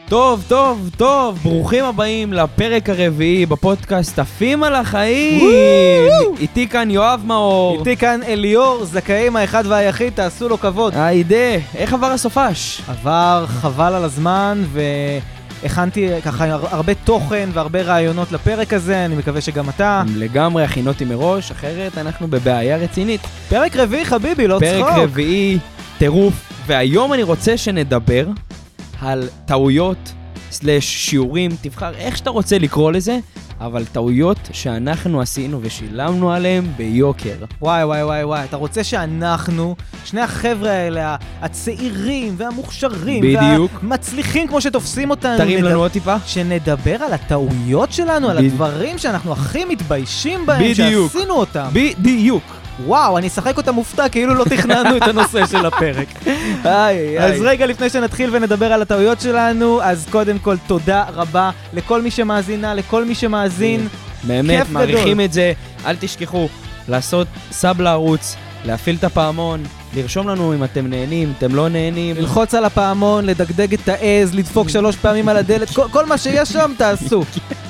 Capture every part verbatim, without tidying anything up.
טוב, טוב, טוב, ברוכים הבאים לפרק הרביעי בפודקאסט עפים על החיים. איתי כאן יואב מאור. איתי כאן אליאור, זכאים האחד והיחיד, תעשו לו כבוד. היידה, איך עבר הסופש? עבר חבל על הזמן, והכנתי ככה הרבה תוכן והרבה רעיונות לפרק הזה, אני מקווה שגם אתה. לגמרי הכינותי מראש, אחרת אנחנו בבעיה רצינית. פרק רביעי חביבי, לא צחוק. פרק רביעי, טירוף, והיום אני רוצה שנדבר על טעויות סלש שיעורים, תבחר איך שאתה רוצה לקרוא לזה, אבל טעויות שאנחנו עשינו ושילמנו עליהם ביוקר. וואי וואי וואי וואי, אתה רוצה שאנחנו, שני החבר'ה האלה, הצעירים והמוכשרים, בדיוק, והמצליחים כמו שתופסים אותנו, תרים נדבר, לנו עוד טיפה, שנדבר על הטעויות שלנו, ב... על הדברים שאנחנו הכי מתביישים בהם, בדיוק. שעשינו אותם. בדיוק. וואו, אני אשחק אותה מופתע, כאילו לא תכננו את הנושא של הפרק. איי, אז איי. רגע לפני שנתחיל ונדבר על הטעויות שלנו, אז קודם כל תודה רבה לכל מי שמאזינה, לכל מי שמאזין. באמת, מעריכים את זה. אל תשכחו לעשות סאב לערוץ, להפעיל את הפעמון, לרשום לנו אם אתם נהנים, אתם לא נהנים. ללחוץ על הפעמון, לדגדג את העז, לדפוק שלוש פעמים על הדלת, כל, כל מה שיש שם תעשו.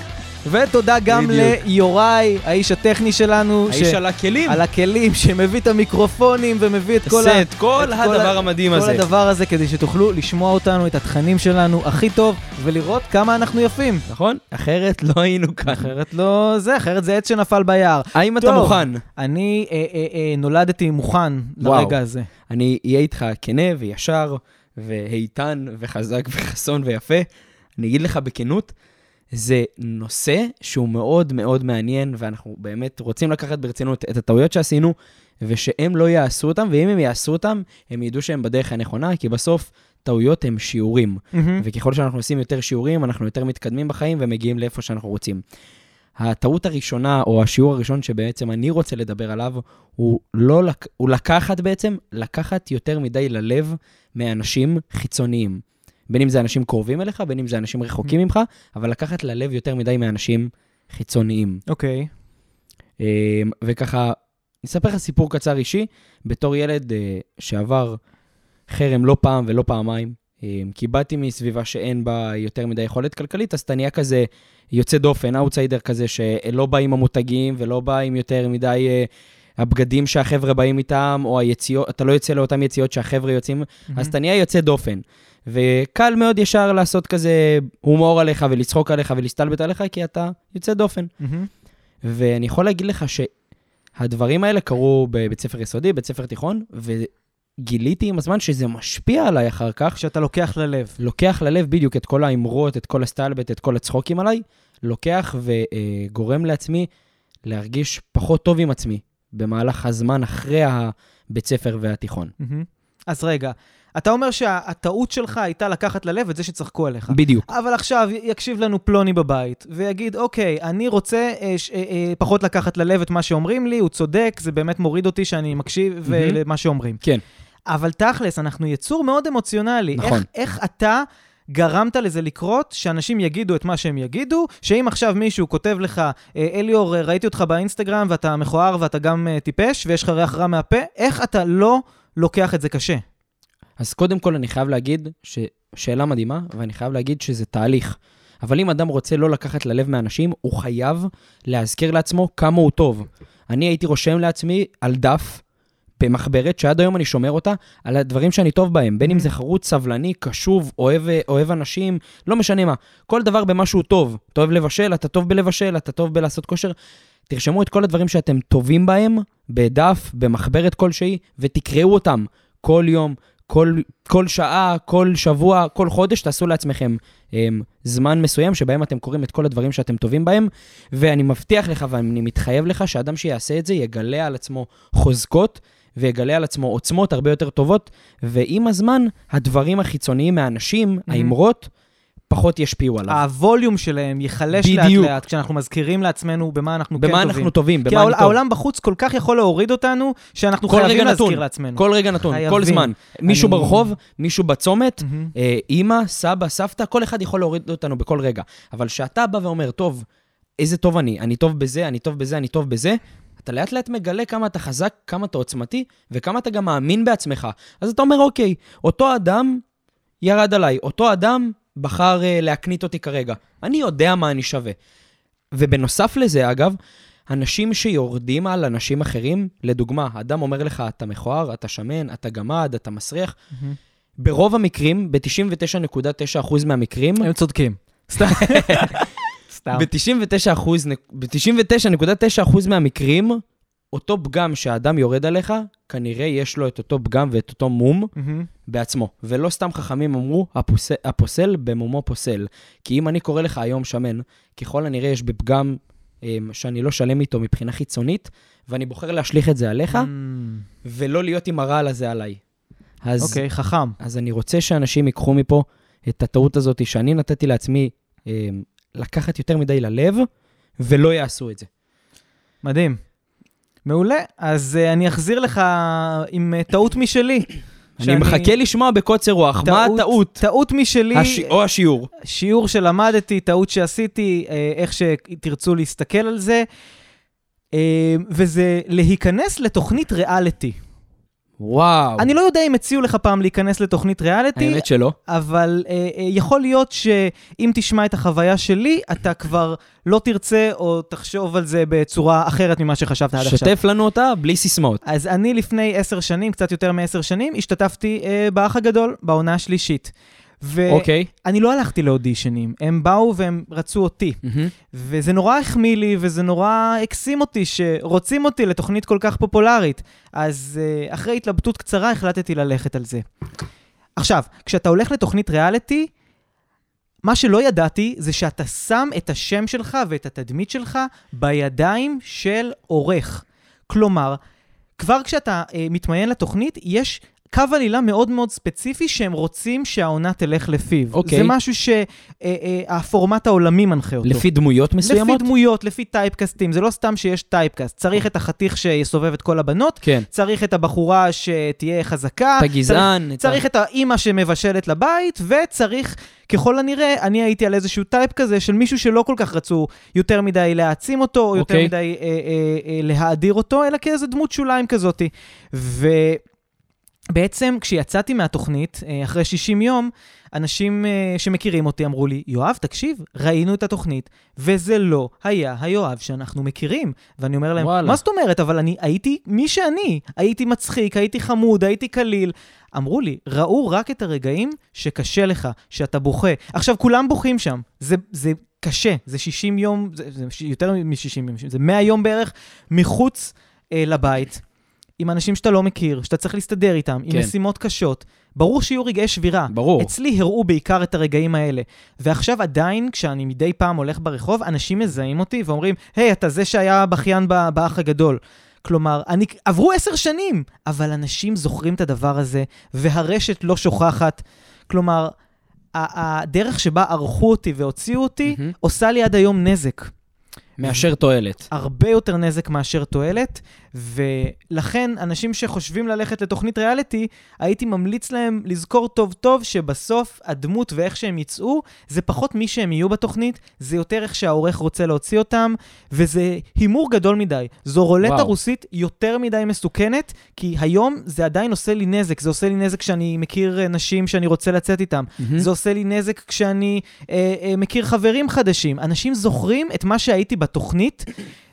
ותודה גם בדיוק. ליוראי, האיש הטכני שלנו. האיש ש... על הכלים. על הכלים, שמביא את המיקרופונים ומביא את כל, ה... את כל את הדבר כל המדהים כל הזה. כל הדבר הזה, כדי שתוכלו לשמוע אותנו, את התכנים שלנו הכי טוב, ולראות כמה אנחנו יפים. נכון? אחרת לא היינו כאן. אחרת לא זה, אחרת זה עץ שנפל ביער. האם טוב, אתה מוכן? אני אה, אה, אה, נולדתי מוכן וואו. לרגע הזה. אני אהיה איתך כנה וישר, ואיתן וחזק וחסון ויפה. אני אגיד לך בכנות, זה נושא שהוא מאוד מאוד מעניין, ואנחנו באמת רוצים לקחת ברצינות את הטעויות שעשינו, ושהם לא יעשו אותם, ואם הם יעשו אותם, הם ידעו שהם בדרך הנכונה, כי בסוף טעויות הם שיעורים. Mm-hmm. וככל שאנחנו עושים יותר שיעורים, אנחנו יותר מתקדמים בחיים, ומגיעים לאיפה שאנחנו רוצים. הטעות הראשונה, או השיעור הראשון שבעצם אני רוצה לדבר עליו, הוא, לא לק... הוא לקחת בעצם, לקחת יותר מדי ללב מאנשים חיצוניים. בין אם זה אנשים קרובים אליך, בין אם זה אנשים רחוקים ממך, אבל לקחת ללב יותר מדי מאנשים חיצוניים. אוקיי. וככה, נספר לך סיפור קצר אישי, בתור ילד שעבר חרם לא פעם ולא פעמיים, כי באתי מסביבה שאין בה יותר מדי יכולת כלכלית, אז אתה נהיה כזה יוצא דופן, אאוטסיידר כזה, שלא בא עם המותגים ולא בא עם יותר מדי הבגדים שהחבר'ה באים איתם, או היציאות, אתה לא יוצא לאותם יציאות שהחבר'ה יוצאים, אז אתה נהיה יוצא דופן. וקל מאוד ישר לעשות כזה הומור עליך ולצחוק עליך ולהסתלבט עליך, כי אתה יוצא דופן. Mm-hmm. ואני יכול להגיד לך שהדברים האלה קרו בבית ספר יסודי, בית ספר תיכון, וגיליתי עם הזמן שזה משפיע עליי אחר כך. שאתה לוקח ללב. לוקח ללב בדיוק את כל האמרות, את כל הסתלבט, את כל הצחוקים עליי, לוקח וגורם לעצמי להרגיש פחות טוב עם עצמי, במהלך הזמן אחרי הבית ספר והתיכון. Mm-hmm. אז רגע, אתה אומר שהטעות שלך הייתה לקחת ללב את זה שצחקו עליך. בדיוק. אבל עכשיו יקשיב לנו פלוני בבית, ויגיד, אוקיי, אני רוצה אה, ש, אה, אה, פחות לקחת ללב את מה שאומרים לי, הוא צודק, זה באמת מוריד אותי שאני מקשיב mm-hmm. למה שאומרים. כן. אבל תכלס, אנחנו יצור מאוד אמוציונלי. נכון. איך, איך אתה גרמת לזה לקרות, שאנשים יגידו את מה שהם יגידו, שאם עכשיו מישהו כותב לך, אליאור, ראיתי אותך באינסטגרם, ואתה מכוער ואתה גם טיפש, ויש לך ריח רע מהפה, איך אתה לא לוקח את זה קשה? אז קודם כל אני חייב להגיד ששאלה מדהימה, ואני חייב להגיד שזה תהליך. אבל אם אדם רוצה לא לקחת ללב מאנשים, הוא חייב להזכיר לעצמו כמה הוא טוב. אני הייתי רושם לעצמי על דף במחברת, שעד היום אני שומר אותה, על הדברים שאני טוב בהם. בין אם זה חרוץ, סבלני, קשוב, אוהב, אוהב אנשים, לא משנה מה. כל דבר במשהו טוב. אתה אוהב לבשל, אתה טוב בלבשל, אתה טוב בלעשות כושר. תרשמו את כל הדברים שאתם טובים בהם, בדף, במחברת כלשהי, ותקראו אותם כל יום, כל, כל שעה, כל שבוע, כל חודש, תעשו לעצמכם הם, זמן מסוים שבהם אתם קוראים את כל הדברים שאתם טובים בהם, ואני מבטיח לך ואני מתחייב לך שאדם שיעשה את זה יגלה על עצמו חוזקות, ויגלה על עצמו עוצמות הרבה יותר טובות, ועם הזמן הדברים החיצוניים מהאנשים, mm-hmm. האמרות, פחות ישפיעו עליו. הווליום שלהם ייחלש לאט לאט, כשאנחנו מזכירים לעצמנו במה אנחנו כן טובים. במה אנחנו טובים, כי העולם בחוץ כל כך יכול להוריד אותנו, שאנחנו חייבים להזכיר לעצמנו. כל רגע נתון, כל זמן. מישהו ברחוב, מישהו בצומת, אמא, סבא, סבתא, כל אחד יכול להוריד אותנו בכל רגע. אבל שאתה בא ואומר, טוב, איזה טוב אני, אני טוב בזה, אני טוב בזה, אני טוב בזה, אתה לאט לאט מגלה כמה אתה חזק, כמה אתה עוצמתי, וכמה אתה גם מאמין בעצמך. אז אתה אומר, אוקיי, אותו אדם ירד עליי, אותו אדם בחר uh, להקנית אותי כרגע. אני יודע מה אני שווה. ובנוסף לזה, אגב, אנשים שיורדים על אנשים אחרים, לדוגמה, אדם אומר לך, אתה מכוער, אתה שמן, אתה גמד, אתה מסריח, mm-hmm. ברוב המקרים, ב-תשעים ותשע נקודה תשע אחוז מהמקרים... הם צודקים. סתם. סתם. ב-תשעים ותשע נקודה תשע אחוז מהמקרים, אותו פגם שהאדם יורד עליך, כנראה יש לו את אותו פגם ואת אותו מום mm-hmm. בעצמו. ולא סתם חכמים אמרו, הפוסל, הפוסל במומו פוסל. כי אם אני קורא לך היום שמן, ככל הנראה יש בפגם שאני לא שלם איתו מבחינה חיצונית, ואני בוחר להשליך את זה עליך, mm. ולא להיות עם הרעל הזה עליי. אז, אוקיי, okay, חכם. אז אני רוצה שאנשים ייקחו מפה את הטעות הזאת, שאני נתתי לעצמי אה, לקחת יותר מדי ללב, ולא יעשו את זה. מדהים. מעולה. אז uh, אני אחזיר לך עם uh, טעות משלי. אני שאני... מחכה לשמוע בקוצר רוח. מה הטעות? טעות משלי. הש... או השיעור. שיעור שלמדתי, טעות שעשיתי, איך שתרצו להסתכל על זה, וזה להיכנס לתוכנית ריאליטי. וואו. אני לא יודע אם הציעו לך פעם להיכנס לתוכנית ריאליטי. האמת שלא. אבל אה, אה, יכול להיות שאם תשמע את החוויה שלי, אתה כבר לא תרצה או תחשוב על זה בצורה אחרת ממה שחשבת עד עכשיו. שתף לנו אותה בלי סיסמאות. אז אני לפני עשר שנים, קצת יותר מעשר שנים, השתתפתי אה, באח הגדול, בעונה השלישית. אוקיי. ואני לא הלכתי לאודישנים, הם באו והם רצו אותי, וזה נורא החמיא לי, וזה נורא הקסים אותי, שרוצים אותי לתוכנית כל כך פופולרית, אז אחרי התלבטות קצרה החלטתי ללכת על זה. עכשיו, כשאתה הולך לתוכנית ריאליטי, מה שלא ידעתי זה שאתה שם את השם שלך ואת התדמית שלך בידיים של עורך. כלומר, כבר כשאתה מתמיין לתוכנית, יש קו עלילה מאוד מאוד ספציפי שהם רוצים שהעונה תלך לפיו. אוקיי. זה משהו שהפורמט העולמי מנחה אותו. לפי דמויות מסוימות? לפי דמויות, לפי טייפקסטים. זה לא סתם שיש טייפקסט. צריך את החתיך שיסובב את כל הבנות, כן. צריך את הבחורה שתהיה חזקה, את הגזען. צריך, צריך את האמא שמבשלת לבית, וצריך, ככל הנראה, אני הייתי על איזשהו טייפ כזה של מישהו שלא כל כך רצו יותר מדי להעצים אותו, או יותר אוקיי. מדי אה, אה, אה, להאדיר אותו, אלא כאיזו דמות שוליים כזאת. ו... בעצם כשיצאתי מהתוכנית, אחרי שישים יום, אנשים שמכירים אותי אמרו לי, יואב, תקשיב, ראינו את התוכנית, וזה לא היה היואב שאנחנו מכירים. ואני אומר להם, וואלה. מה זאת אומרת? אבל אני הייתי מי שאני, הייתי מצחיק, הייתי חמוד, הייתי קליל. אמרו לי, ראו רק את הרגעים שקשה לך, שאתה בוכה. עכשיו, כולם בוכים שם. זה, זה קשה, זה שישים יום, זה, זה יותר מ-שישים יום, זה מאה יום בערך מחוץ אה, לבית. עם אנשים שאתה לא מכיר, שאתה צריך להסתדר איתם, כן. עם משימות קשות. ברור שיהיו רגעי שבירה. ברור. אצלי הראו בעיקר את הרגעים האלה. ועכשיו עדיין, כשאני מדי פעם הולך ברחוב, אנשים מזהים אותי ואומרים, היי, אתה זה שהיה בכיין באח הגדול. כלומר, אני, עברו עשר שנים, אבל אנשים זוכרים את הדבר הזה, והרשת לא שוכחת. כלומר, הדרך שבה ערכו אותי והוציאו אותי, mm-hmm. עושה לי עד היום נזק. מאשר תועלת. הרבה יותר נזק מאשר תועלת, ולכן אנשים שחושבים ללכת לתוכנית ריאליטי, הייתי ממליץ להם לזכור טוב טוב שבסוף הדמות ואיך שהם יצאו, זה פחות מי שהם יהיו בתוכנית, זה יותר איך שהעורך רוצה להוציא אותם, וזה הימור גדול מדי. זו רולטה וואו. רוסית יותר מדי מסוכנת, כי היום זה עדיין עושה לי נזק, זה עושה לי נזק כשאני מכיר נשים שאני רוצה לצאת איתם, mm-hmm. זה עושה לי נזק כשאני אה, אה, מכיר חברים חדשים. אנשים זוכרים את מה שהייתי בתוכנית,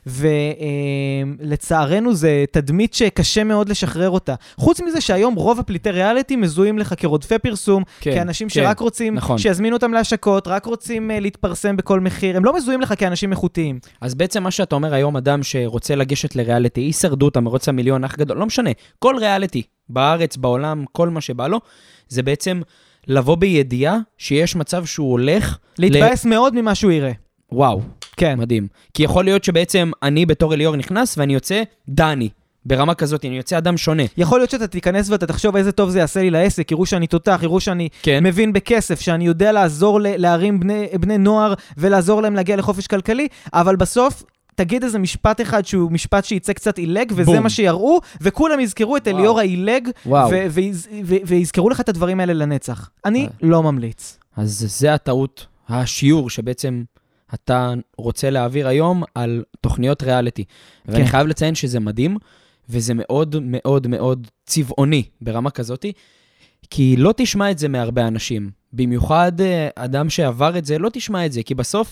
ולצערנו זה תדמית שקשה מאוד לשחרר אותה. חוץ מזה שהיום רוב הפליטי ריאליטי מזוהים לך כרודפי פרסום, כן, כאנשים כן, שרק רוצים נכון. שיזמינו אותם להשקות, רק רוצים uh, להתפרסם בכל מחיר, הם לא מזוהים לך כאנשים איכותיים. אז בעצם מה שאתה אומר היום, אדם שרוצה לגשת לריאליטי, הישרדות, המרוץ המיליון, אח גדול, לא משנה, כל ריאליטי, בארץ, בעולם, כל מה שבא לו, זה בעצם לבוא בידיעה שיש מצב שהוא הולך... להתבאס ל... מאוד ממה שהוא יראה. וואו, כן. מדהים. כי יכול להיות שבעצם אני בתור אליאור נכנס ואני יוצא דני. ברמה כזאת, אני יוצא אדם שונה. יכול להיות שאתה תיכנס ואתה תחשוב איזה טוב זה יעשה לי לעסק, יראו שאני תותח, יראו שאני כן. מבין בכסף, שאני יודע לעזור להרים בני, בני נוער ולעזור להם להגיע לחופש כלכלי, אבל בסוף תגיד איזה משפט אחד שהוא משפט שייצא קצת אילג, וזה בום. מה שיראו, וכולם יזכרו את אליאור האילג, ויזכרו לך את הדברים האלה לנצח. אני לא ממליץ. אז זה הטעות, השיעור שבעצם... אתה רוצה להעביר היום על תוכניות ריאליטי. כן. ואני חייב לציין שזה מדהים, וזה מאוד מאוד מאוד צבעוני ברמה כזאת, כי לא תשמע את זה מהרבה אנשים. במיוחד אדם שעבר את זה, לא תשמע את זה, כי בסוף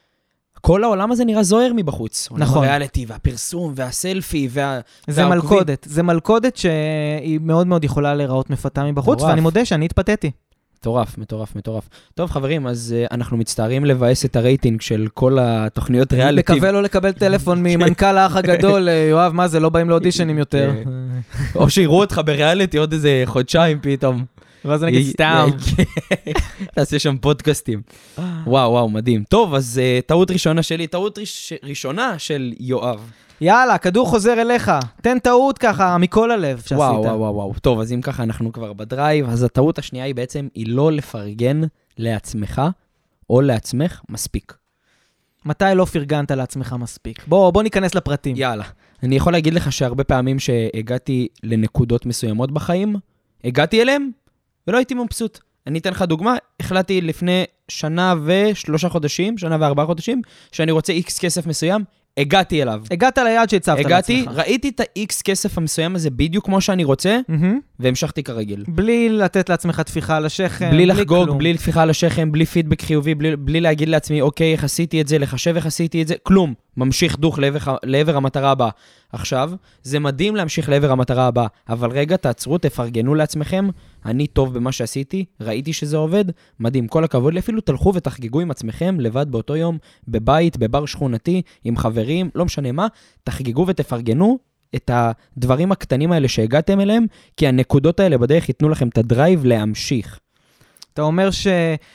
כל העולם הזה נראה זוהר מבחוץ. נכון. הריאליטי והפרסום והסלפי וה... זה מלכודת. זה מלכודת שהיא מאוד מאוד יכולה להיראות מפתה מבחוץ, מטורף. ואני מודה שאני התפתיתי. מטורף, מטורף, מטורף. טוב, חברים, אז uh, אנחנו מצטערים לבאס את הרייטינג של כל התוכניות ריאליטי. מקווה לא לקבל טלפון ממנכ"ל האח הגדול, יואב, מה זה, לא באים לאודישנים יותר. או שיראו אותך בריאליטי עוד איזה חודשיים פתאום. ואז נגיד סתם. תעשה שם פודקאסטים. וואו, וואו, מדהים. טוב, אז uh, טעות ראשונה שלי, טעות ראש... ראשונה של יואב. יאללה, כדור חוזר אליך. תן טעות ככה, מכל הלב שעשית. וואו, וואו, וואו, וואו. טוב, אז אם ככה אנחנו כבר בדרייב, אז הטעות השנייה היא בעצם, היא לא לפרגן לעצמך או לעצמך מספיק. מתי לא פרגנת לעצמך מספיק? בוא, בוא ניכנס לפרטים. יאללה. אני יכול להגיד לך שהרבה פעמים שהגעתי לנקודות מסוימות בחיים, הגעתי אליהם ולא הייתי מבסוט. אני אתן לך דוגמה, החלטתי לפני שנה ושלושה חודשים, שנה וארבעה חודשים, שאני רוצה איקס כסף מסוים, הגעתי אליו. הגעת ליעד שהצבת לעצמך. הגעתי, ראיתי את ה-X כסף המסוים הזה בדיוק כמו שאני רוצה, והמשכתי כרגיל. בלי לתת לעצמך תפיחה על השכם, בלי לחגוג, בלי תפיחה על השכם, בלי פידבק חיובי, בלי להגיד לעצמי, אוקיי, איך עשיתי את זה, לחשב איך עשיתי את זה, כלום. ממשיך דוך לעבר המטרה הבאה. עכשיו, זה מדהים להמשיך לעבר המטרה הבאה, אבל רגע, תעצרו, תפרגנו לעצמכם, אני טוב במה שעשיתי, ראיתי שזה עובד, מדהים, כל הכבוד, אפילו תלכו ותחגגו עם עצמכם, לבד באותו יום, בבית, בבר שכונתי, עם חברים, לא משנה מה, תחגגו ותפרגנו את הדברים הקטנים האלה שהגעתם אליהם, כי הנקודות האלה בדרך ייתנו לכם את הדרייב להמשיך. אתה אומר ש...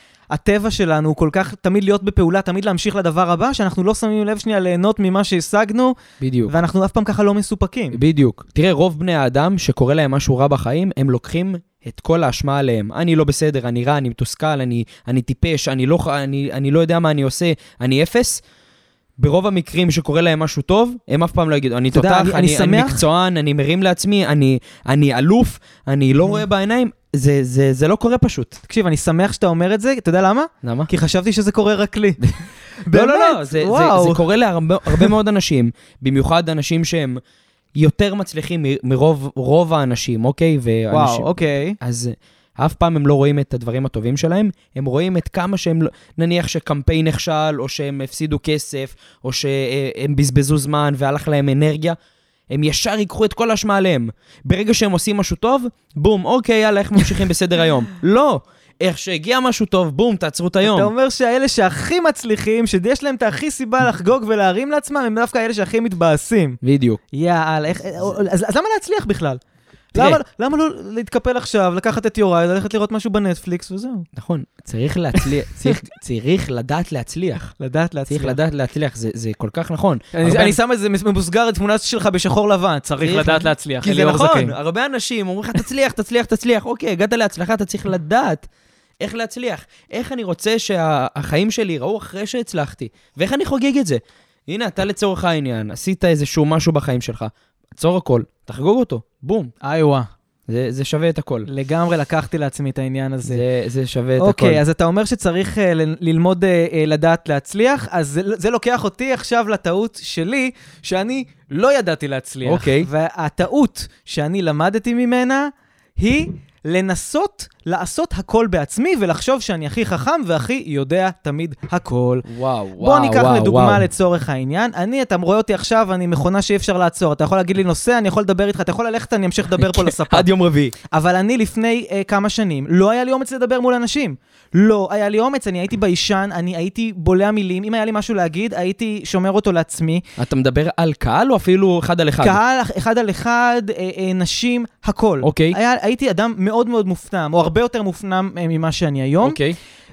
הטבע שלנו הוא כל כך תמיד להיות בפעולה, תמיד להמשיך לדבר הבא, שאנחנו לא שמים לב שנייה ליהנות ממה שהשגנו, בדיוק. ואנחנו אף פעם ככה לא מסופקים. בדיוק. תראה, רוב בני האדם שקורא להם משהו רע בחיים, הם לוקחים את כל האשמה עליהם. אני לא בסדר, אני רע, אני מתוסכל, אני, אני טיפש, אני לא, אני, אני לא יודע מה אני עושה, אני אפס. ברוב המקרים שקורא להם משהו טוב, הם אף פעם לא יגידו, אני תותח, אני, אני, אני מקצוען, אני מרים לעצמי, אני, אני אלוף, אני לא רואה בעיניים, זה, זה, זה לא קורה פשוט. תקשיב, אני שמח שאתה אומר את זה, אתה יודע למה? למה? כי חשבתי שזה קורה רק לי. לא, לא, לא, זה, זה, זה קורה להרבה הרבה מאוד אנשים, במיוחד אנשים שהם יותר מצליחים מרוב רוב האנשים, אוקיי? וואו, אוקיי. אז אף פעם הם לא רואים את הדברים הטובים שלהם, הם רואים את כמה שהם, נניח שקמפיין נכשל, או שהם הפסידו כסף, או שהם בזבזו זמן והלך להם אנרגיה, הם ישר ייקחו את כל האשמה עליהם. ברגע שהם עושים משהו טוב, בום, אוקיי, יאללה, איך ממשיכים בסדר היום? לא, איך שהגיע משהו טוב, בום, תעצרו את היום. אתה אומר שהאלה שהכי מצליחים, שיש להם את הכי סיבה לחגוג ולהרים לעצמם, הם דווקא האלה שהכי מתבאסים. בדיוק. יאללה, איך, אז, אז למה להצליח בכלל? למה, למה לא להתקפל עכשיו, לקחת את יוראי, ללכת לראות משהו בנטפליקס וזהו? נכון, צריך להצליח, צריך, צריך לדעת להצליח. לדעת להצליח. צריך לדעת להצליח, זה, זה כל כך נכון. אני, הרבה... אני שם את זה ממוסגר, תמונה שלך בשחור לבן, צריך לדעת להצליח. כי זה נכון, זקן. הרבה אנשים אומרים לך, תצליח, תצליח, תצליח, אוקיי, הגעת להצלחה, אתה צריך לדעת איך להצליח. איך אני רוצה שהחיים שלי ייראו אחרי שהצלחתי, ואיך אני חוגג את זה. הנה, אתה לצורך העניין, עשית איזשהו משהו בחיים שלך, עצור הכל, תחגוג אותו, בום. איווה. זה, זה שווה את הכל. לגמרי לקחתי לעצמי את העניין הזה. זה, זה שווה את אוקיי, הכל. אוקיי, אז אתה אומר שצריך uh, ל- ללמוד uh, לדעת להצליח, אז זה, זה לוקח אותי עכשיו לטעות שלי, שאני לא ידעתי להצליח. אוקיי. והטעות שאני למדתי ממנה היא לנסות לעשות הכל בעצמי, ולחשוב שאני הכי חכם והכי יודע תמיד הכל. וואו, וואו, בוא ניקח וואו, לדוגמה וואו. לצורך העניין. אני, אתה רואה אותי עכשיו, אני מכונה שאי אפשר לעצור. אתה יכול להגיד לי נושא, אני יכול לדבר איתך, אתה יכול ללכת, אני אמשיך לדבר פה לספה. עד יום רביעי. אבל אני לפני uh, כמה שנים, לא היה לי אומץ לדבר מול אנשים. לא היה לי אומץ, אני הייתי בישן, אני הייתי בולע מילים. אם היה לי משהו להגיד, הייתי שומר אותו לעצמי. אתה מדבר על קהל או אפילו אחד על אחד? קהל, אחד על אחד, אה, אה, נשים, הכל. אוקיי. היה, הייתי אדם מאוד מאוד מופנם, או הרבה יותר מופנם אה, ממה שאני היום. אוקיי.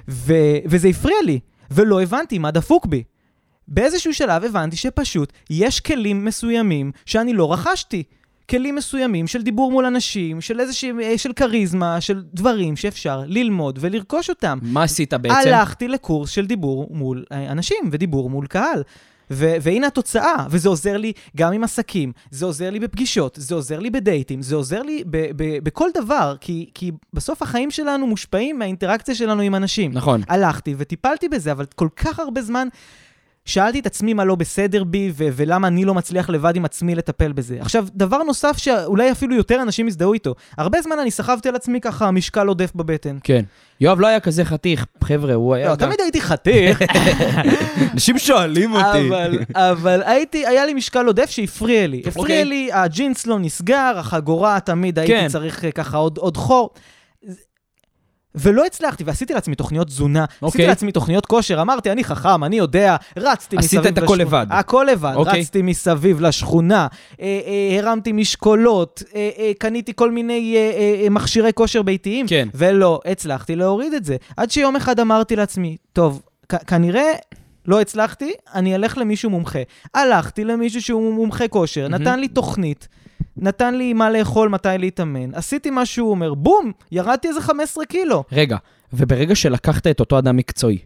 ו- וזה הפריע לי, ולא הבנתי מה דפוק בי. באיזשהו שלב הבנתי שפשוט יש כלים מסוימים שאני לא רכשתי. כלים מסוימים של דיבור מול אנשים, של איזושהי, של קריזמה, של דברים שאפשר ללמוד ולרכוש אותם. מה עשית בעצם? הלכתי לקורס של דיבור מול אנשים ודיבור מול קהל. ו- והנה התוצאה, וזה עוזר לי גם עם עסקים, זה עוזר לי בפגישות, זה עוזר לי בדייטים, זה עוזר לי ב- ב- בכל דבר, כי, כי בסוף החיים שלנו מושפעים מהאינטראקציה שלנו עם אנשים. נכון. הלכתי וטיפלתי בזה, אבל כל כך הרבה זמן שאלתי את עצמי מה לא בסדר בי, ו- ולמה אני לא מצליח לבד עם עצמי לטפל בזה. עכשיו, דבר נוסף שאולי אפילו יותר אנשים יזדהו איתו. הרבה זמן אני סחבתי על עצמי ככה משקל עודף בבטן. כן. יואב לא היה כזה חתיך, חבר'ה, הוא היה... לא, תמיד הייתי חתיך. אנשים שואלים אותי. אבל, אבל הייתי, היה לי משקל עודף שהפריע לי. הפריע לי, הג'ינס לא נסגר, החגורה תמיד הייתי צריך ככה עוד, עוד חור. ולא הצלחתי, ועשיתי לעצמי תוכניות תזונה, okay. עשיתי לעצמי תוכניות כושר, אמרתי, אני חכם, אני יודע, רצתי מסביב לשכונה. עשית את הכל לבד. הכל לבד, okay. רצתי מסביב לשכונה, אה, אה, הרמתי משקולות, אה, אה, קניתי כל מיני אה, אה, מכשירי כושר ביתיים, כן. ולא הצלחתי להוריד את זה. עד שיום אחד אמרתי לעצמי, טוב, כ- כנראה לא הצלחתי, אני אלך למישהו מומחה. הלכתי למישהו שהוא מומחה כושר, mm-hmm. נתן לי תוכנית, נתן לי מה לאכול, מתי להתאמן. עשיתי מה שהוא אומר, בום, ירדתי איזה חמישה עשר קילו. רגע, וברגע שלקחת את אותו אדם מקצועי,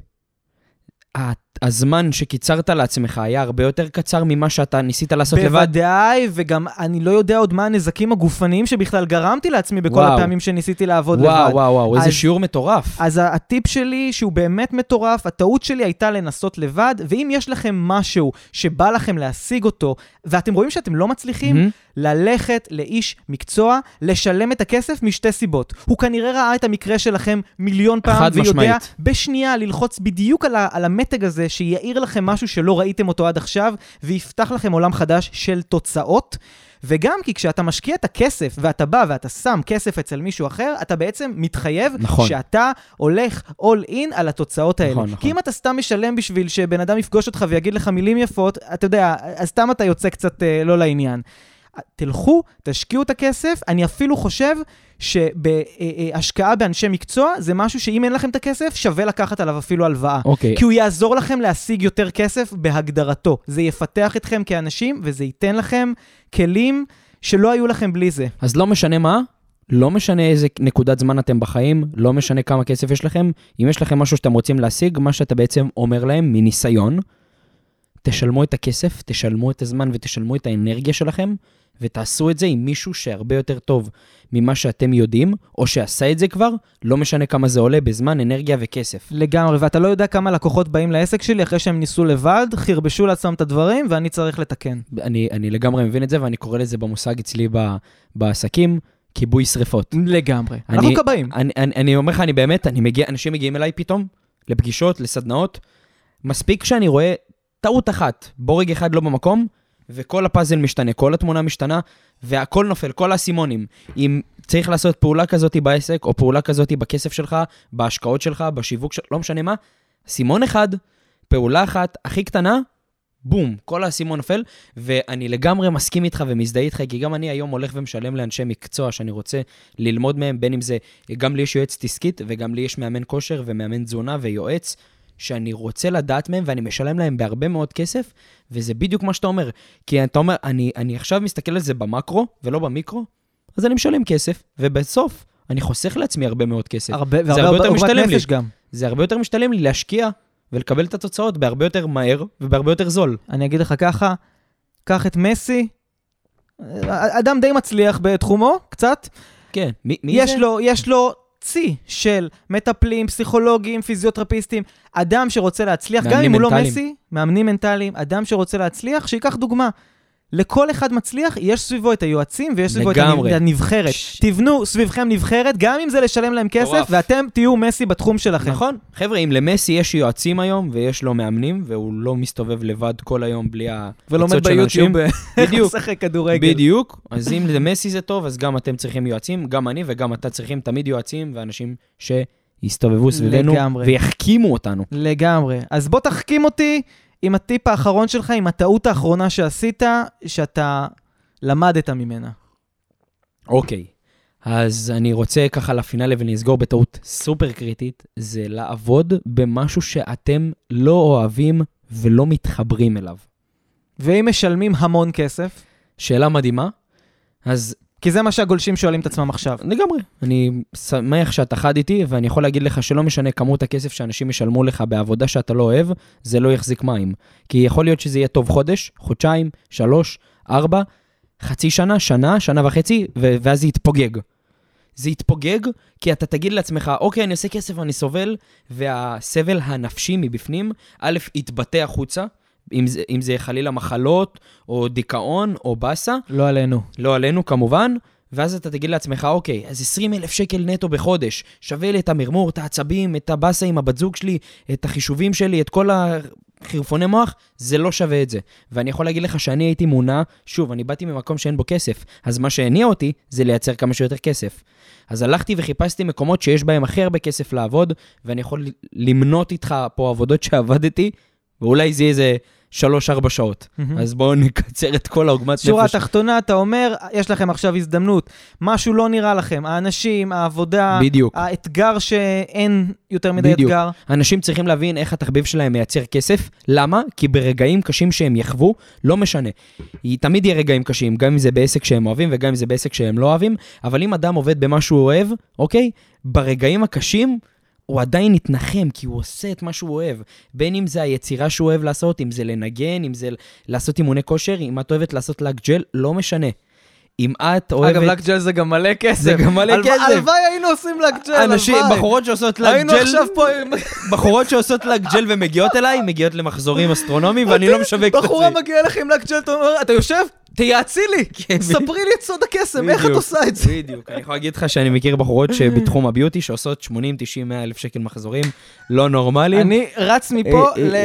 הזמן שקיצרת לעצמך היה הרבה יותר קצר ממה שאתה ניסית לעשות לבד? בוודאי, וגם אני לא יודע עוד מה הנזקים הגופניים שבכלל גרמתי לעצמי בכל וואו. הפעמים שניסיתי לעבוד וואו, לבד. וואו, וואו, איזה שיעור מטורף. אז הטיפ שלי, שהוא באמת מטורף, הטעות שלי הייתה לנסות לבד, ואם יש לכם משהו שבא לכם להשיג אותו, ואתם רואים שאתם לא מצליחים, mm-hmm. ללכת לאיש מקצוע, לשלם את הכסף משתי סיבות. הוא כנראה ראה את המקרה שלכם מיליון פעם, ויודע משמעית. בשנייה ללחוץ בדיוק על, ה- על המתג הזה, שיעיר לכם משהו שלא ראיתם אותו עד עכשיו, ויפתח לכם עולם חדש של תוצאות. וגם כי כשאתה משקיע את הכסף, ואתה בא ואתה שם כסף אצל מישהו אחר, אתה בעצם מתחייב נכון. שאתה הולך all in על התוצאות האלה. נכון, נכון. כי אם אתה סתם משלם בשביל שבן אדם יפגוש אותך ויגיד לך מילים יפות, אתה יודע, אז סתם אתה יוצא קצת אה, לא לעניין. תלכו, תשקיעו את הכסף, אני אפילו חושב שבהשקעה באנשי מקצוע, זה משהו שאם אין לכם את הכסף, שווה לקחת עליו אפילו הלוואה. Okay. כי הוא יעזור לכם להשיג יותר כסף בהגדרתו. זה יפתח אתכם כאנשים, וזה ייתן לכם כלים שלא היו לכם בלי זה. אז לא משנה מה, לא משנה איזה נקודת זמן אתם בחיים, לא משנה כמה כסף יש לכם, אם יש לכם משהו שאתם רוצים להשיג, מה שאתה בעצם אומר להם מניסיון, תשלמו את הכסף, תשלמו את הזמן ותשלמו את האנרגיה שלכם, ותעשו את זה עם מישהו שהרבה יותר טוב ממה שאתם יודעים, או שעשה את זה כבר, לא משנה כמה זה עולה בזמן, אנרגיה וכסף. לגמרי, ואתה לא יודע כמה לקוחות באים לעסק שלי, אחרי שהם ניסו לבד, חרבשו לעצמם את הדברים, ואני צריך לתקן. אני, אני לגמרי מבין את זה, ואני קורא לזה במושג אצלי ב, בעסקים, כיבוי שריפות. לגמרי. אני, אנחנו קבעים. אני, אני, אני אומר לך, אני באמת, אני מגיע, אנשים מגיעים אליי פתאום, לפגישות, לסדנאות, מספיק שאני רואה טעות אחת, בורג אחד לא במקום, וכל הפאזל משתנה, כל התמונה משתנה, והכל נופל, כל הסימונים. אם צריך לעשות פעולה כזאת בעסק, או פעולה כזאת בכסף שלך, בהשקעות שלך, בשיווק שלך, לא משנה מה, סימון אחד, פעולה אחת, הכי קטנה, בום, כל הסימון נופל, ואני לגמרי מסכים איתך ומזדהה איתך, כי גם אני היום הולך ומשלם לאנשי מקצוע שאני רוצה ללמוד מהם, בין אם זה, גם לי יש יועץ עסקית, וגם לי יש מאמן כושר ומאמן תזונה ויועץ, שאני רוצה לדעת מהם, ואני משלם להם בהרבה מאוד כסף, וזה בדיוק מה שאתה אומר. כי אתה אומר, אני, אני עכשיו מסתכל על זה במקרו, ולא במיקרו, אז אני משלם כסף, ובסוף אני חוסך לעצמי הרבה מאוד כסף. הרבה, זה הרבה, הרבה יותר משתלם לי. גם. זה הרבה יותר משתלם לי להשקיע, ולקבל את התוצאות בהרבה יותר מהר, ובהרבה יותר זול. אני אגיד לך ככה, קח את מסי, אדם די מצליח בתחומו, קצת. כן, מי, מי יש זה? לו, יש לו צי של מטפלים, פסיכולוגים, פיזיותרפיסטים, אדם שרוצה להצליח, גם אם הוא לא מסי, מאמנים מנטליים, אדם שרוצה להצליח, שיקח דוגמה. לכל אחד מצליח, יש סביבו את היועצים, ויש סביבו לגמרי. את הנבחרת. ש... תבנו סביבכם נבחרת, גם אם זה לשלם להם כסף, טורף. ואתם תהיו מסי בתחום שלכם. נכון. חבר'ה, אם למסי יש יועצים היום, ויש לו מאמנים, והוא לא מסתובב לבד כל היום בלי ולומד ביוטיוב, בדיוק. שחק כדורגל. בדיוק. אז אם למסי זה טוב, אז גם אתם צריכים יועצים, גם אני וגם אתה צריכים תמיד יועצים, ואנשים שיסתובבו סביבנו, לגמרי. ויחכימו אותנו. לגמרי. אז בוא תחכים אותי, עם הטיפ האחרון שלך, עם הטעות האחרונה שעשית, שאתה למדת ממנה. אוקיי, אז אני רוצה ככה לפינאלי ונסגור בטעות סופר קריטית, זה לעבוד במשהו שאתם לא אוהבים ולא מתחברים אליו. ואם משלמים המון כסף? שאלה מדהימה, אז... כי זה מה שהגולשים שואלים את עצמם עכשיו. לגמרי. אני שמח שאתה חד איתי, ואני יכול להגיד לך שלא משנה כמות הכסף שאנשים ישלמו לך בעבודה שאתה לא אוהב, זה לא יחזיק מים. כי יכול להיות שזה יהיה טוב חודש, חודשיים, שלוש, ארבע, חצי שנה, שנה, שנה וחצי, ואז זה יתפוגג. זה יתפוגג, כי אתה תגיד לעצמך, אוקיי, אני עושה כסף, אני סובל, והסבל הנפשי מבפנים, א', יתבטא החוצה, אם זה, אם זה חלילה מחלות, או דיכאון, או בסה. לא עלינו. לא עלינו, כמובן. ואז אתה תגיד לעצמך, אוקיי, אז עשרים אלף שקל נטו בחודש, שווה לי את המרמור, את העצבים, את הבסה עם הבת זוג שלי, את החישובים שלי, את כל החירפוני מוח, זה לא שווה את זה. ואני יכול להגיד לך שאני הייתי מונע, שוב, אני באתי ממקום שאין בו כסף, אז מה שהניע אותי זה לייצר כמה שיותר כסף. אז הלכתי וחיפשתי מקומות שיש בהם הכי הרבה כסף לעבוד, ואני יכול למנות איתך פה עבודות שעבדתי, ואולי זה יהיה איזה שלוש ארבע שעות. אז בואו נקצר את כל העוגמת נפש. שורה תחתונה, אתה אומר, יש לכם עכשיו הזדמנות, משהו לא נראה לכם, האנשים, העבודה, בדיוק. האתגר שאין יותר מדי בדיוק. אתגר. אנשים צריכים להבין איך התחביב שלהם מייצר כסף. למה? כי ברגעים קשים שהם יחוו, לא משנה. תמיד יהיה רגעים קשים, גם אם זה בעסק שהם אוהבים וגם אם זה בעסק שהם לא אוהבים, אבל אם אדם עובד במה שהוא אוהב, אוקיי? ברגעים הקשים הוא עדיין יתנחם, כי הוא עושה את מה שהוא אוהב. בין אם זה היצירה שהוא אוהב לעשות, אם זה לנגן, אם זה לעשות אימוני כושר, אם את אוהבת לעשות לק ג'ל, לא משנה. אם את אוהבת... אגב, לק ג'ל זה גם מלא כסף. זה גם מלא כסף. הלוואי היינו עושים לק ג'ל, אנשים, בחורות שעושות לק ג'ל... היינו עכשיו פה... בחורות שעושות לק ג'ל ומגיעות אליי, מגיעות למחזורים אסטרונומיים, ואני לא משווק את זה. בחורה מגיעה לך עם לק ג'ל, אתה אומר, אתה יושב? תייעצי לי, ספרי לי את סוד הקסם, איך את עושה את זה? בדיוק, אני יכול להגיד לך שאני מכיר בחורות שבתחום הביוטי שעושות שמונים תשעים מאה אלף שקל מחזורים, לא נורמליים. אני רץ מפה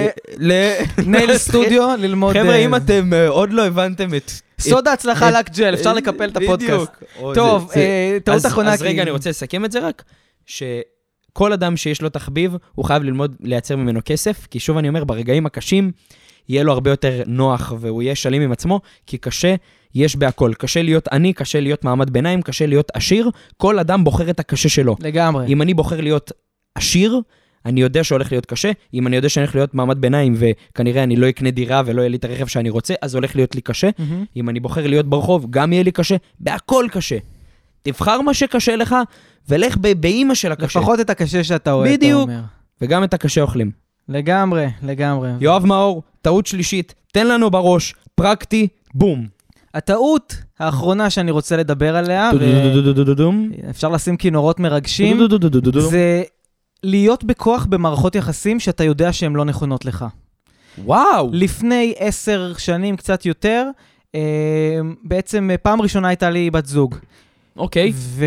לנייל סטודיו ללמוד... חבר'ה, אם אתם עוד לא הבנתם את... סוד ההצלחה לק ג'ל, אפשר לקפל את הפודקאסט. טוב, טעות אחרונה. אז רגע, אני רוצה לסכם את זה רק, שכל אדם שיש לו תחביב, הוא חייב ללמוד לייצר ממנו כסף, כי שוב אני אומר, ברגעים הקשים, יהיה לו הרבה יותר נוח, והוא יהיה שלם עם עצמו, כי קשה, יש בהכל. קשה להיות עני, קשה להיות מעמד ביניים, קשה להיות עשיר, כל אדם בוחר את הקשה שלו. לגמרי. אם אני בוחר להיות עשיר, אני יודע שהולך להיות קשה, אם אני יודע שאני הולך להיות מעמד ביניים, וכנראה אני לא אקנה דירה ולא יהיה לי את הרכב שאני רוצה, אז הולך להיות לי קשה. Mm-hmm. אם אני בוחר להיות ברחוב, גם יהיה לי קשה, בהכל קשה. תבחר מה שקשה לך, ולך באמא של הקשה. לפחות את הקשה שאתה אוהב, בדיוק. אתה אומר. וגם את הקשה אוכלים. לגמרי, לגמרי. יואב מאור, טעות שלישית, תן לנו בראש, פרקטי, בום. הטעות האחרונה שאני רוצה לדבר עליה, ואפשר לשים כינורות מרגשים, זה להיות בכוח במערכות יחסים שאתה יודע שהן לא נכונות לך. וואו. לפני עשר שנים, קצת יותר, בעצם פעם ראשונה הייתה לי בת זוג. אוקיי. ו...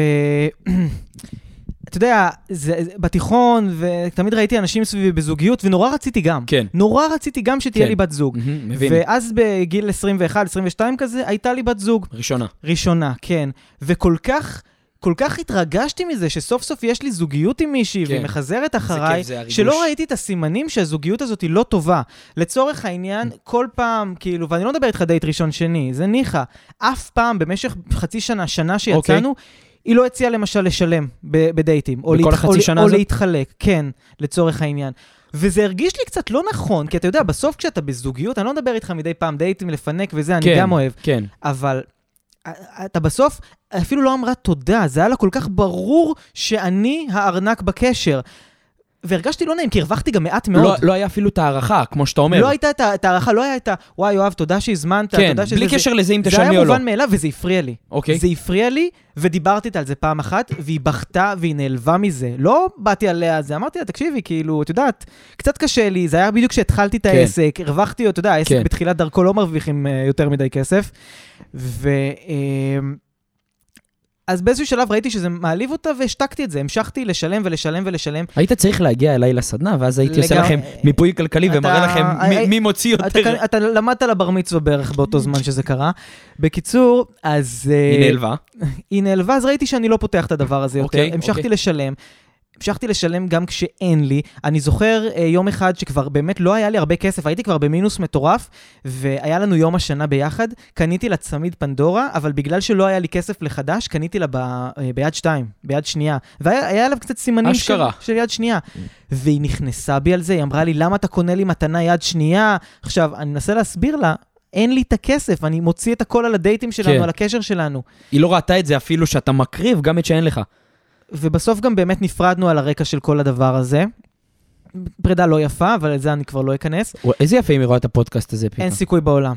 אתה יודע, זה, בתיכון, ותמיד ראיתי אנשים סביבי בזוגיות, ונורא רציתי גם. כן. נורא רציתי גם שתהיה כן. לי בת זוג. Mm-hmm, מבין. ואז בגיל עשרים ואחת עשרים ושתיים כזה, הייתה לי בת זוג. ראשונה. ראשונה, כן. וכל כך, כל כך התרגשתי מזה, שסוף סוף יש לי זוגיות עם מישהי, כן. ומחזרת אחריי, שלא ראיתי את הסימנים שהזוגיות הזאת היא לא טובה. לצורך העניין, כל פעם, כאילו, ואני לא מדבר איתך דייט ראשון שני, זה ניחה. אף פעם, במשך חצי שנה, שנה שיצאנו, okay. היא לא הציעה למשל לשלם בדייטים, או, להתח... או, או להתחלק, כן, לצורך העניין. וזה הרגיש לי קצת לא נכון, כי אתה יודע, בסוף כשאתה בזוגיות, אני לא מדבר איתך מדי פעם דייטים לפנק וזה, כן, אני גם אוהב. כן. אבל אתה בסוף אפילו לא אמרה תודה, זה היה לה כל כך ברור שאני הארנק בקשר. והרגשתי לא נעים, כי הרווחתי גם מעט מאוד. לא, לא היה אפילו את הערכה, כמו שאתה אומר. לא הייתה את הערכה, לא היה את ה... וואי, יואב, תודה שהזמנת, כן, תודה שזה... בלי קשר לזה אם תשלמי או לא. זה היה מובן מאליו, וזה הפריע לי. אוקיי. זה הפריע לי, ודיברתי על זה פעם אחת, והיא בכתה, והיא נעלבה מזה. לא באתי עליה, זה אמרתי לה, תקשיבי, כאילו, את יודעת, קצת קשה לי, זה היה בדיוק כשהתחלתי את העסק, הרווחתי, אתה יודע, העסק כן. בתחילת דרכו לא מרוויחים יותר מדי כסף. ו... אז באיזשהו שלב ראיתי שזה מעליב אותה, והשתקתי את זה. המשכתי לשלם ולשלם ולשלם. היית צריך להגיע אליי לסדנה, ואז הייתי עושה לכם מיפוי כלכלי, ומראה לכם מי מוציא יותר. אתה למדת לבר מצווה בערך באותו זמן שזה קרה. בקיצור, אז... היא נעלבה. היא נעלבה, אז ראיתי שאני לא פותח את הדבר הזה יותר. המשכתי לשלם. המשכתי לשלם גם כשאין לי. אני זוכר אה, יום אחד שכבר באמת לא היה לי הרבה כסף, הייתי כבר במינוס מטורף, והיה לנו יום השנה ביחד, קניתי לה צמיד פנדורה, אבל בגלל שלא היה לי כסף לחדש, קניתי לה ב, אה, ביד שתיים, ביד שנייה. והיה עליו קצת סימנים של, של יד שנייה. והיא נכנסה בי על זה, היא אמרה לי, למה אתה קונה לי מתנה יד שנייה? עכשיו, אני מנסה להסביר לה, אין לי את הכסף, אני מוציא את הכל על הדייטים שלנו, כן. על הקשר שלנו. היא לא ראתה את זה אפילו שאתה מקריב, גם את שאין לך. ובסוף גם באמת נפרדנו על הרקע של כל הדבר הזה. פרידה לא יפה, אבל את זה אני כבר לא אכנס. איזה יפה אם היא רואה את הפודקאסט הזה פתאום. אין סיכוי בעולם.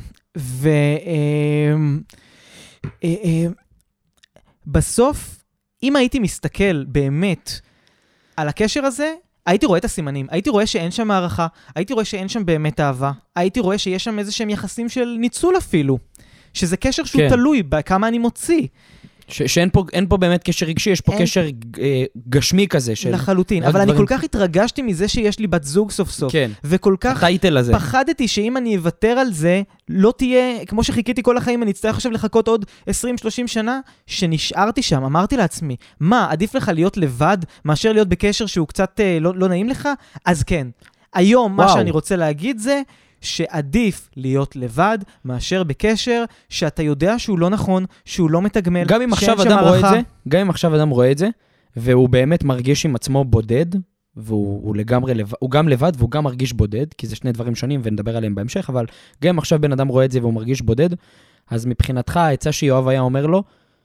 ובסוף, אם הייתי מסתכל באמת על הקשר הזה, הייתי רואה את הסימנים, הייתי רואה שאין שם הערכה, הייתי רואה שאין שם באמת אהבה, הייתי רואה שיש שם איזה שהם יחסים של ניצול אפילו, שזה קשר שהוא כן. תלוי בכמה אני מוציא. ש- שאין פה, אין פה באמת קשר רגשי, יש פה אין... קשר אה, גשמי כזה. של... לחלוטין, אבל דברים... אני כל כך התרגשתי מזה שיש לי בת זוג סוף סוף, כן. וכל כך הטייטל הזה. פחדתי שאם אני אוותר על זה, לא תהיה, כמו שחיכיתי כל החיים, אני אצטרך עכשיו לחכות עוד עשרים שלושים שנה, שנשארתי שם, אמרתי לעצמי, מה, עדיף לך להיות לבד, מאשר להיות בקשר שהוא קצת אה, לא, לא נעים לך? אז כן. היום, וואו. מה שאני רוצה להגיד זה, שעדיף להיות לבד, מאשר בקשר, שאתה יודע שהוא לא נכון, שהוא לא מתגמל, גם אם עכשיו אדם רואה את זה, גם אם עכשיו אדם רואה את זה, והוא באמת מרגיש עם עצמו בודד, והוא הוא לגמרי לבד, הוא גם לבד והוא גם מרגיש בודד, כי זה שני דברים שונים ונדבר עליהם בהמשך, אבל גם אם עכשיו בן אדם רואה את זה והוא מרגיש בודד, אז מבחינתך העצה שיואב היה אומר לו,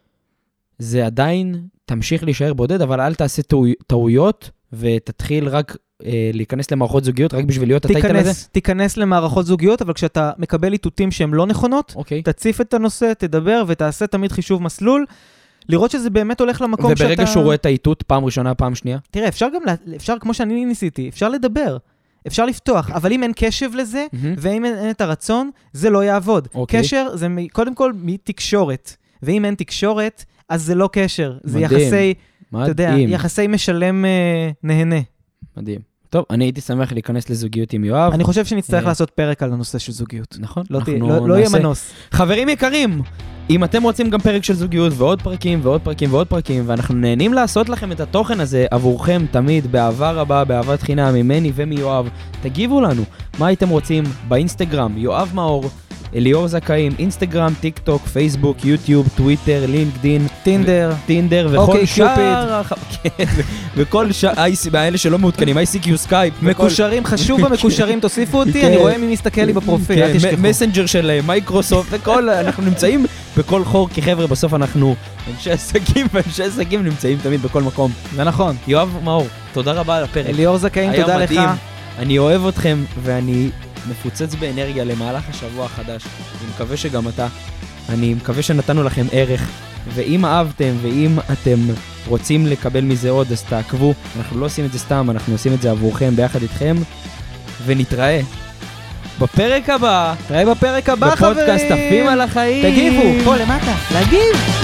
זה עדיין תמשיך להישאר בודד, אבל אל תעשה טעויות, ותתחיל רק אה, להיכנס למערכות זוגיות, רק בשביל להיות הטייטל הזה. תיכנס למערכות זוגיות, אבל כשאתה מקבל איתותים שהן לא נכונות, אוקיי. תציף את הנושא, תדבר ותעשה תמיד חישוב מסלול, לראות שזה באמת הולך למקום וברגע שאתה... וברגע שהוא רואה את האיתות, פעם ראשונה, פעם שנייה? תראה, אפשר גם, אפשר, כמו שאני ניסיתי, אפשר לדבר, אפשר לפתוח, אבל אם אין קשב לזה, mm-hmm. ואם אין, אין את הרצון, זה לא יעבוד. אוקיי. קשר זה מ, קודם כל מתקשורת, ואם אין תקשורת, אז זה לא קשר, זה מדהים. יחסי, מדהים. אתה יודע, יחסי משלם אה, נהנה. מדהים. טוב, אני הייתי שמח להיכנס לזוגיות עם יואב. אני חושב שנצטרך לעשות פרק על הנושא של זוגיות. נכון. לא יהיה מנוס. חברים יקרים, אם אתם רוצים גם פרק של זוגיות ועוד פרקים ועוד פרקים ועוד פרקים, ואנחנו נהנים לעשות לכם את התוכן הזה עבורכם תמיד, באהבה רבה, באהבת חינם, ממני ומיואב, תגיבו לנו מה הייתם רוצים באינסטגרם, יואב מאור, אליאור זכאים, אינסטגרם, טיק טוק, פייסבוק, יוטיוב, טוויטר, לינקדין, טינדר, טינדר וכל שאר, וכל שאר, האלה שלא מעודכנים, איי סי קיו סקייפ, מקושרים, חשוב במקושרים, תוסיפו אותי, אני רואה מי מסתכל לי בפרופיל, אל תשכחו. מסנג'ר של מייקרוסופט, וכל, אנחנו נמצאים בכל חור, כי חבר'ה, בסוף אנחנו אנשי עסקים, ואנשי עסקים נמצאים תמיד בכל מקום. זה נכון. יואב מאור, תודה רבה על הפרק. אליאור זכאים, תודה לך. אני אוהב אתכם, ואני מפוצץ באנרגיה למהלך השבוע החדש. אני מקווה שגם אתה. אני מקווה שנתנו לכם ערך, ואם אהבתם, ואם אתם רוצים לקבל מזה עוד, אז תעקבו. אנחנו לא עושים את זה סתם, אנחנו עושים את זה עבורכם, ביחד איתכם, ונתראה בפרק הבא. נתראה בפרק הבא, חברים. בפודקאסט עפים על החיים. תגיבו, פה למטה, להגיב.